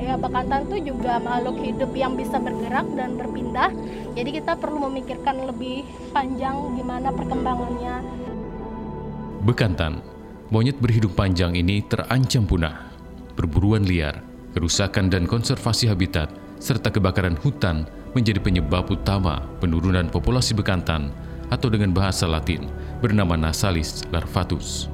Ya, bekantan itu juga makhluk hidup yang bisa bergerak dan berpindah. Jadi kita perlu memikirkan lebih panjang gimana perkembangannya. Bekantan, monyet berhidung panjang ini terancam punah. Perburuan liar, kerusakan dan konservasi habitat, serta kebakaran hutan menjadi penyebab utama penurunan populasi bekantan atau dengan bahasa Latin bernama Nassalis larvatus.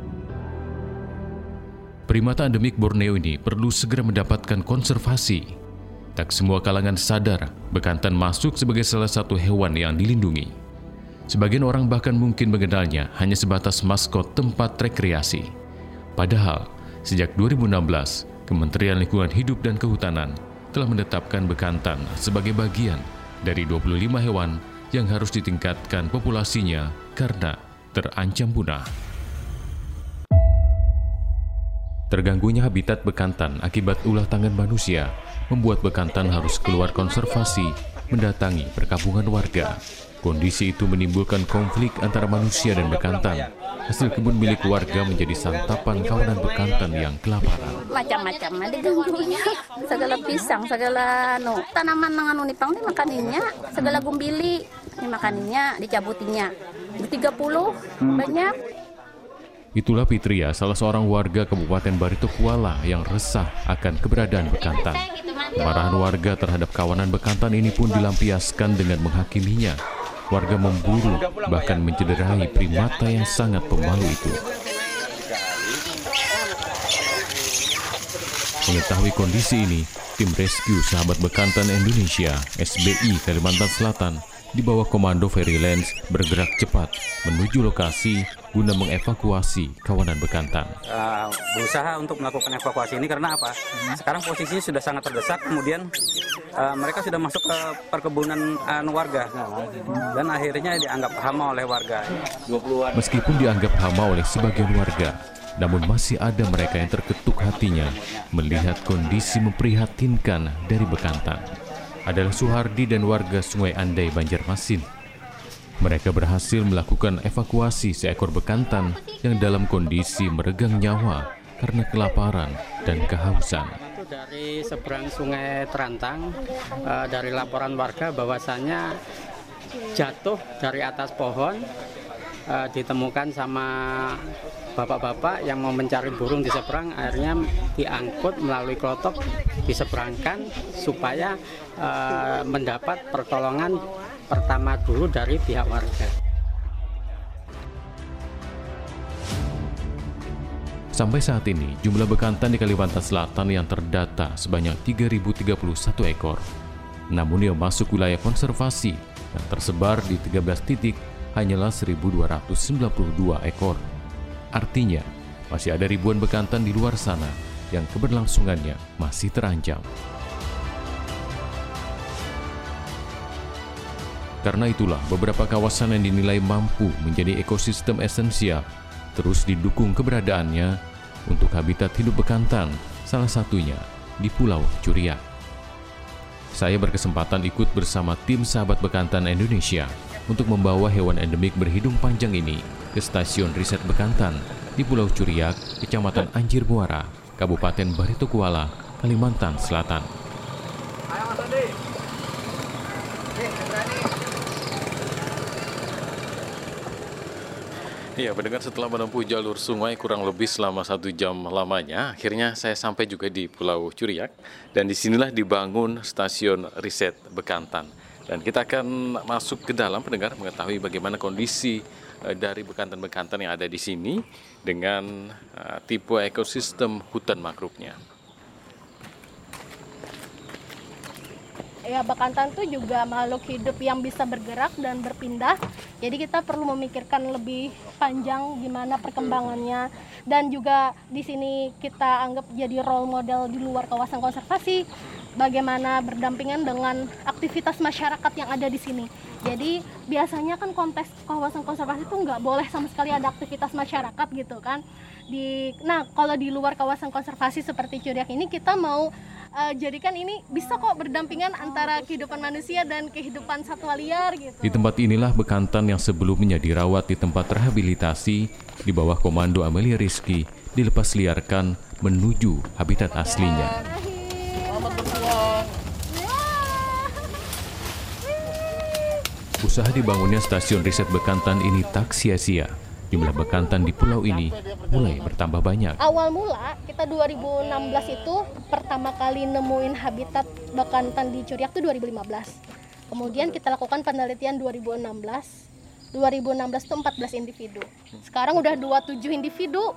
Primata endemik Borneo ini perlu segera mendapatkan konservasi. Tak semua kalangan sadar bekantan masuk sebagai salah satu hewan yang dilindungi. Sebagian orang bahkan mungkin mengenalnya hanya sebatas maskot tempat rekreasi. Padahal, sejak 2016, Kementerian Lingkungan Hidup dan Kehutanan telah menetapkan bekantan sebagai bagian dari 25 hewan yang harus ditingkatkan populasinya karena terancam punah. Terganggunya habitat bekantan akibat ulah tangan manusia membuat bekantan harus keluar konservasi, mendatangi perkampungan warga. Kondisi itu menimbulkan konflik antara manusia dan bekantan. Hasil kebun milik warga menjadi santapan kawanan bekantan yang kelaparan. Macam-macam ada ganggunya. Segala pisang, segala tanaman dengan unipang ini makaninya, segala gumbili ini makaninya, dicabutinya. 30 banyak. Itulah Fitria, salah seorang warga Kabupaten Barito Kuala yang resah akan keberadaan bekantan. Kemarahan warga terhadap kawanan bekantan ini pun dilampiaskan dengan menghakiminya. Warga memburu, bahkan mencederai primata yang sangat pemalu itu. Mengetahui kondisi ini, tim rescue Sahabat Bekantan Indonesia, SBI Kalimantan Selatan, di bawah komando Ferrylands bergerak cepat menuju lokasi guna mengevakuasi kawanan bekantan. Berusaha untuk melakukan evakuasi ini karena apa? Sekarang posisinya sudah sangat terdesak, kemudian mereka sudah masuk ke perkebunan warga dan akhirnya dianggap hama oleh warga. Meskipun dianggap hama oleh sebagian warga, namun masih ada mereka yang terketuk hatinya melihat kondisi memprihatinkan dari bekantan. Adalah Suhardi dan warga Sungai Andai, Banjarmasin. Mereka berhasil melakukan evakuasi seekor bekantan yang dalam kondisi meregang nyawa karena kelaparan dan kehausan. Dari seberang Sungai Terantang, dari laporan warga bahwasannya jatuh dari atas pohon, ditemukan sama bapak-bapak yang mau mencari burung di seberang, akhirnya diangkut melalui klotok, diseberangkan supaya mendapat pertolongan pertama dulu dari pihak warga. Sampai saat ini, jumlah bekantan di Kalimantan Selatan yang terdata sebanyak 3.031 ekor. Namun yang masuk wilayah konservasi yang tersebar di 13 titik hanyalah 1.292 ekor. Artinya, masih ada ribuan bekantan di luar sana yang keberlangsungannya masih terancam. Karena itulah, beberapa kawasan yang dinilai mampu menjadi ekosistem esensial terus didukung keberadaannya untuk habitat hidup bekantan, salah satunya di Pulau Curiak. Saya berkesempatan ikut bersama tim Sahabat Bekantan Indonesia untuk membawa hewan endemik berhidung panjang ini ke Stasiun Riset Bekantan di Pulau Curiak, Kecamatan Anjir Muara, Kabupaten Barito Kuala, Kalimantan Selatan. Ya, pendengar, setelah menempuh jalur sungai kurang lebih selama 1 jam lamanya, akhirnya saya sampai juga di Pulau Curiak, dan disinilah dibangun Stasiun Riset Bekantan. Dan kita akan masuk ke dalam, pendengar, mengetahui bagaimana kondisi dari bekantan-bekantan yang ada di sini dengan tipe ekosistem hutan mangrovenya. Ya, bekantan itu juga makhluk hidup yang bisa bergerak dan berpindah. Jadi kita perlu memikirkan lebih panjang gimana perkembangannya, dan juga di sini kita anggap jadi role model di luar kawasan konservasi, bagaimana berdampingan dengan aktivitas masyarakat yang ada di sini. Jadi biasanya kan konteks kawasan konservasi itu nggak boleh sama sekali ada aktivitas masyarakat gitu kan. Nah, kalau di luar kawasan konservasi seperti Curiak ini, kita mau jadikan ini bisa kok berdampingan antara kehidupan manusia dan kehidupan satwa liar gitu. Di tempat inilah bekantan yang sebelumnya dirawat di tempat rehabilitasi di bawah komando Amelia Rizky dilepas liarkan menuju habitat aslinya. selamat berjuang. Usaha dibangunnya stasiun riset bekantan ini tak sia-sia. Jumlah bekantan di pulau ini mulai bertambah banyak. Awal mula kita 2016 itu pertama kali nemuin habitat bekantan di Curiak itu 2015. Kemudian kita lakukan penelitian 2016. 2016 itu 14 individu. Sekarang udah 27 individu.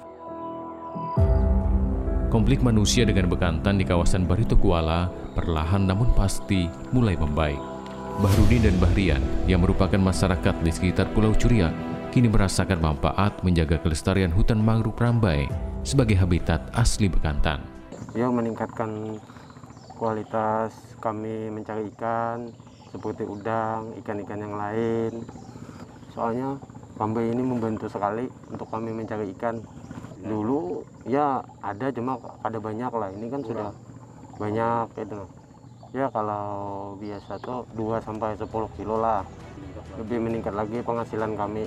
Konflik manusia dengan bekantan di kawasan Barito Kuala perlahan namun pasti mulai membaik. Bahrudin dan Bahrian yang merupakan masyarakat di sekitar Pulau Curiak kini merasakan manfaat menjaga kelestarian hutan mangrove Rambai sebagai habitat asli bekantan. Ya, meningkatkan kualitas kami mencari ikan seperti udang, ikan-ikan yang lain. Soalnya Rambai ini membantu sekali untuk kami mencari ikan. Dulu ya ada, cuma ada banyak lah. Ini kan sudah banyak gitu. Ya kalau biasa tuh 2-10 kilo lah. Lebih meningkat lagi penghasilan kami.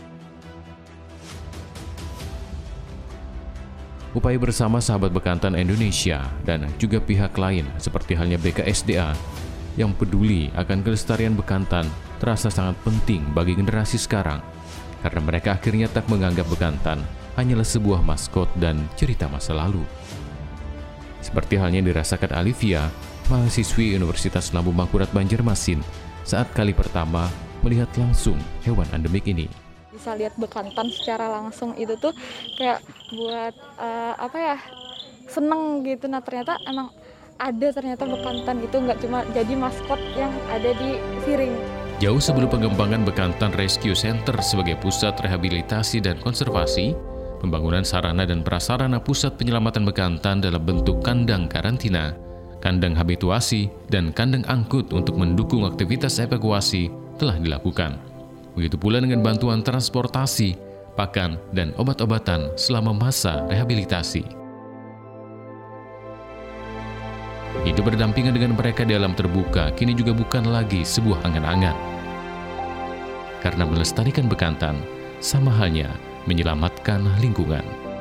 Upaya bersama sahabat bekantan Indonesia dan juga pihak lain seperti halnya BKSDA yang peduli akan kelestarian bekantan terasa sangat penting bagi generasi sekarang karena mereka akhirnya tak menganggap bekantan hanyalah sebuah maskot dan cerita masa lalu. Seperti halnya dirasakan Alivia, mahasiswi Universitas Lambung Mangkurat Banjarmasin saat kali pertama melihat langsung hewan endemik ini. Bisa lihat bekantan secara langsung itu tuh kayak buat seneng gitu. Nah ternyata emang ada bekantan itu nggak cuma jadi maskot yang ada di Siring. Jauh sebelum pengembangan Bekantan Rescue Center sebagai pusat rehabilitasi dan konservasi, pembangunan sarana dan prasarana pusat penyelamatan bekantan dalam bentuk kandang karantina, kandang habituasi, dan kandang angkut untuk mendukung aktivitas evakuasi telah dilakukan. Begitu pula dengan bantuan transportasi, pakan, dan obat-obatan selama masa rehabilitasi. Hidup berdampingan dengan mereka di alam terbuka kini juga bukan lagi sebuah angan-angan. Karena melestarikan bekantan sama halnya menyelamatkan lingkungan.